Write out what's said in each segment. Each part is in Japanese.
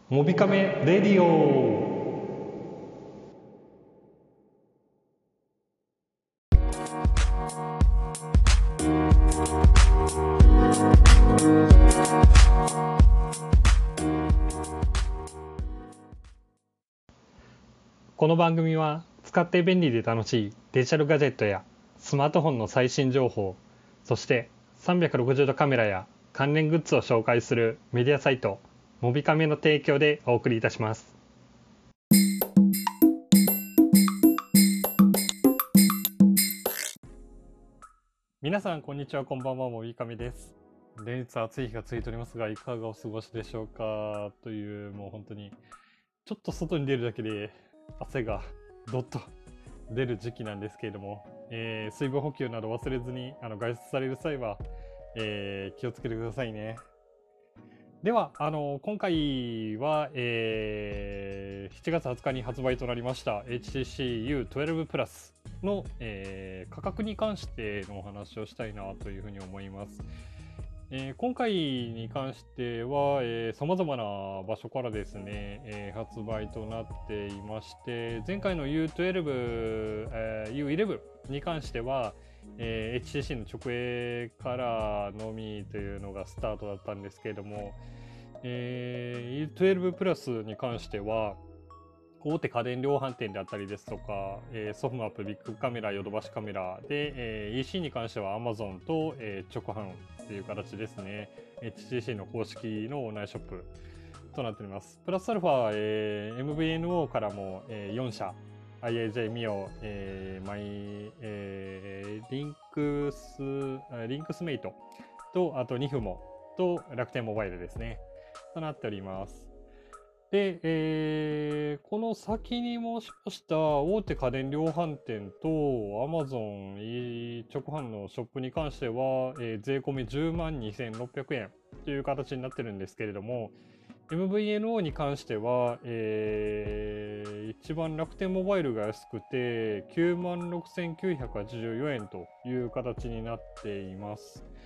モビカメレディオ。この番組は使って便利で楽しいデジタルガジェットやスマートフォンの最新情報、そして360度カメラや関連グッズを紹介するメディアサイトモビカメの提供でお送りいたします。皆さんこんにちは、こんばんは、モビカメです。連日暑い日が続いておりますが、いかがお過ごしでしょうかという、もう本当にちょっと外に出るだけで汗がどっと出る時期なんですけれども、水分補給など忘れずに外出される際は、気をつけてくださいね。では今回は、7月20日に発売となりました HTC U12 Plus の、価格に関してのお話をしたいなというふうに思います。今回に関しては様々な場所からですね、発売となっていまして、前回の U12、U11 に関しては、HTC の直営からのみというのがスタートだったんですけれども、U12 プラスに関しては大手家電量販店であったりですとか、ソフマップ、ビッグカメラ、ヨドバシカメラで、EC に関しては Amazon と、直販という形ですね。HTC の公式のオンラインショップとなっております。プラスアルファ、MVNO からも、4社、IAJ、ミオ、マイ、リンクスメイトと、あとニフモと楽天モバイルですね。となっております。で、この先に申しました大手家電量販店と Amazon 直販のショップに関しては、税込み10万2600円という形になってるんですけれども、MVNO に関しては、一番楽天モバイルが安くて9万6984円という形になっています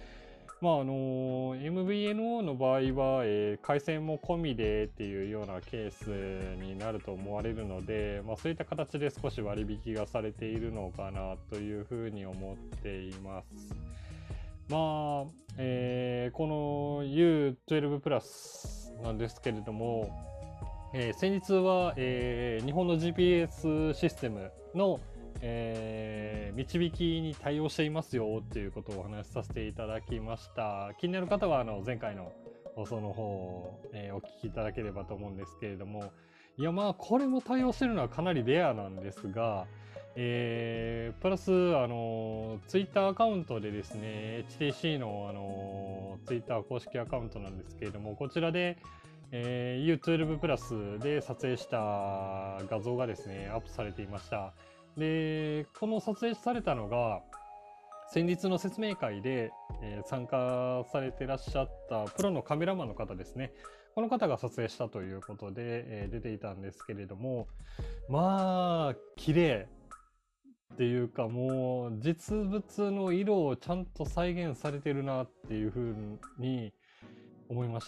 。MVNO の場合は、回線も込みでっていうようなケースになると思われるので、そういった形で少し割引がされているのかなというふうに思っています。この U12 プラスなんですけれども、先日は、日本の GPS システムの導きに対応していますよということをお話しさせていただきました。気になる方は前回の放送の方を、お聞きいただければと思うんですけれども、いやこれも対応しているのはかなりレアなんですが、プラスツイッターアカウントでですね HTC のツイッター公式アカウントなんですけれども、こちらでU12 プラスで撮影した画像がですねアップされていました。で、この撮影されたのが先日の説明会で、参加されていらっしゃったプロのカメラマンの方ですね。この方が撮影したということで、出ていたんですけれども、綺麗っていうか、もう実物の色をちゃんと再現されてるなっていうふうに思いました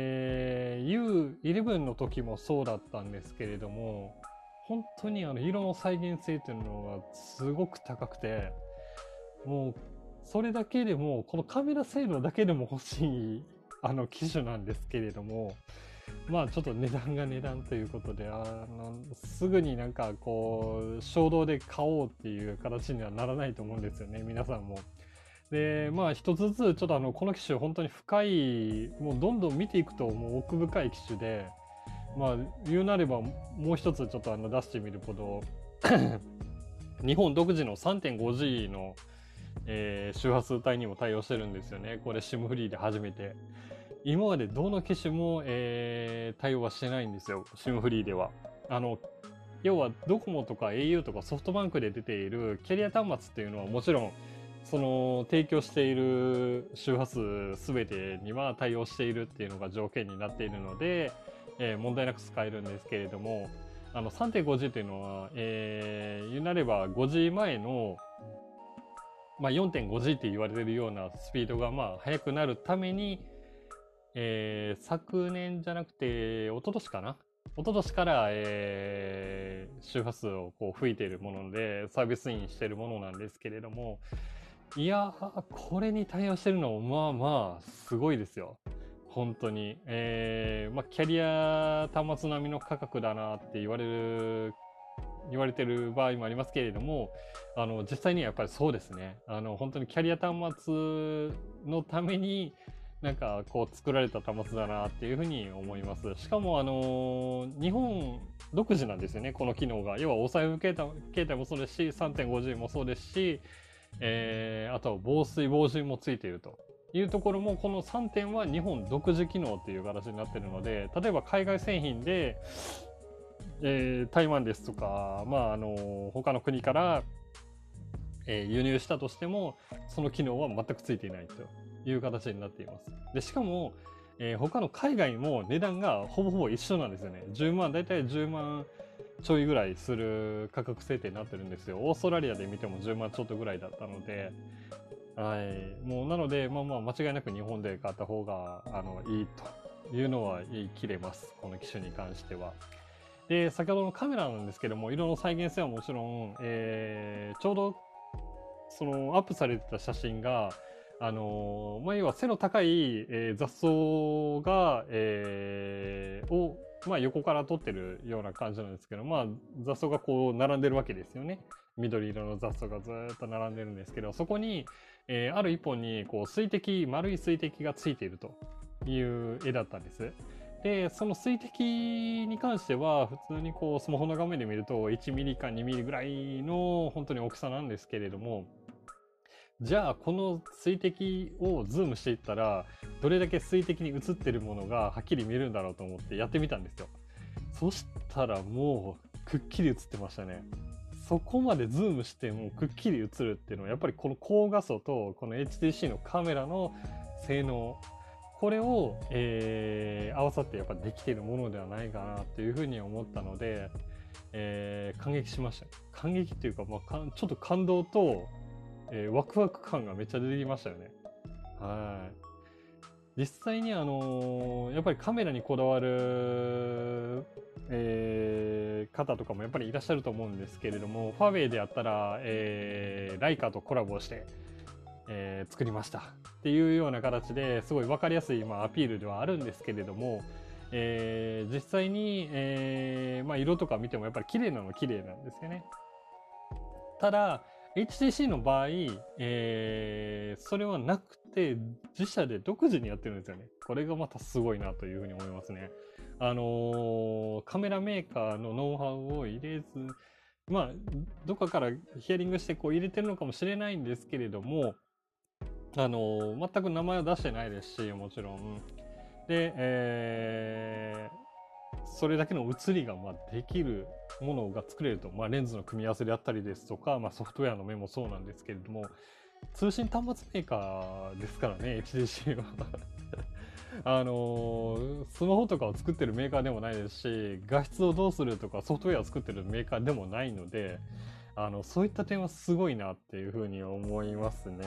。U11 の時もそうだったんですけれども、本当に色の再現性というのがすごく高くて、もうそれだけでもこのカメラ性能だけでも欲しい機種なんですけれども、ちょっと値段が値段ということですぐになんかこう衝動で買おうっていう形にはならないと思うんですよね、皆さんも。で一つずつちょっとこの機種本当に深い、もうどんどん見ていくともう奥深い機種で、言うなればもう一つちょっと出してみるほど日本独自の 3.5G の、周波数帯にも対応してるんですよね。これ SIM フリーで初めて。今までどの機種も、対応はしてないんですよ、 SIM フリーでは。要はドコモとか au とかソフトバンクで出ているキャリア端末っていうのはもちろんその提供している周波数すべてには対応しているっていうのが条件になっているので、問題なく使えるんですけれども、3.5G っていうのは、言うなれば 5G 前の、4.5G って言われているようなスピードが速くなるために昨年じゃなくて、一昨年かな一昨年から、周波数をこう吹いているもので、サービスインしているものなんですけれども、いやー、これに対応してるのも、まあまあ、すごいですよ。本当に。まあ、キャリア端末並みの価格だなって言われてる場合もありますけれども、実際にはやっぱりそうですね。本当にキャリア端末のために、なんかこう作られた端末だなっていうふうに思います。しかも日本独自なんですよね、この機能が。要はお財布携帯もそうですし、3.5G もそうですし、あとは防水防塵もついているというところも、この3点は日本独自機能っていう形になっているので、例えば海外製品で、台湾ですとか、まあ、他の国から、輸入したとしても、その機能は全くついていないという形になっています。で、しかも、他の海外も値段がほぼほぼ一緒なんですよね。10万、だいたい10万ちょいぐらいする価格設定になってるんですよ。オーストラリアで見ても10万ちょっとぐらいだったので、はい。もうなので、まあまあ間違いなく日本で買った方が、いいというのは言い切れます。この機種に関しては。で、先ほどのカメラなんですけども、色の再現性はもちろん、ちょうどそのアップされてた写真が、まあ、要は背の高い、雑草が、を、まあ、横から撮ってるような感じなんですけど、まあ、雑草がこう並んでるわけですよね。緑色の雑草がずーっと並んでるんですけど、そこに、ある一本にこう丸い水滴がついているという絵だったんです。で、その水滴に関しては、普通にこうスマホの画面で見ると1ミリか2ミリぐらいの本当に大きさなんですけれども、じゃあこの水滴をズームしていったら、どれだけ水滴に映ってるものがはっきり見えるんだろうと思ってやってみたんですよ。そしたらもうくっきり映ってましたね。そこまでズームしてもくっきり映るっていうのはやっぱりこの高画素とこの HTC のカメラの性能、これを、合わさってやっぱできているものではないかなっていうふうに思ったので、感激しました。感激っていうか、まあ、ちょっと感動と、ワクワク感がめっちゃ出てきましたよね。はい。実際にやっぱりカメラにこだわる、方とかもやっぱりいらっしゃると思うんですけれども、ファーウェイであったら、ライカとコラボして、作りましたっていうような形ですごい分かりやすい、まあ、アピールではあるんですけれども、実際に、まあ、色とか見てもやっぱり綺麗なのは綺麗なんですよね。ただ HTC の場合、それはなくて自社で独自にやってるんですよね。これがまたすごいなというふうに思いますね。カメラメーカーのノウハウを入れず、まあどっかからヒアリングしてこう入れてるのかもしれないんですけれども、全く名前は出してないですし、もちろん。で、それだけの写りがまあできるものが作れると、まあ、レンズの組み合わせであったりですとか、まあ、ソフトウェアの面もそうなんですけれども、通信端末メーカーですからね、HTC は。スマホとかを作ってるメーカーでもないですし、画質をどうするとかソフトウェアを作ってるメーカーでもないので、そういった点はすごいなっていうふうに思いますね。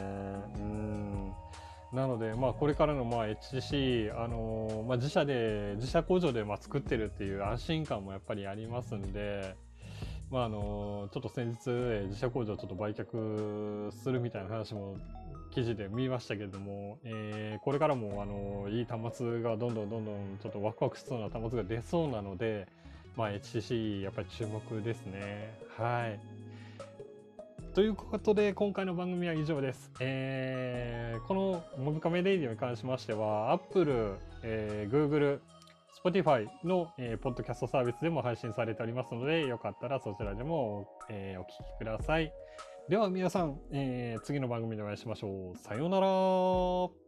なので、まあ、これからのまあ HTC、まあ、自社工場でまあ作ってるっていう安心感もやっぱりありますんで、まあ、ちょっと先日、自社工場をちょっと売却するみたいな話も記事で見ましたけれども、これからもいい端末がどんどんちょっとワクワクしそうな端末が出そうなので、まあ、HTC やっぱり注目ですね。はい。ということで、今回の番組は以上です。このモブカメレイディオに関しましては、Apple、Google、Spotify の、ポッドキャストサービスでも配信されておりますので、よかったらそちらでも、お聞きください。では皆さん、次の番組でお会いしましょう。さようなら。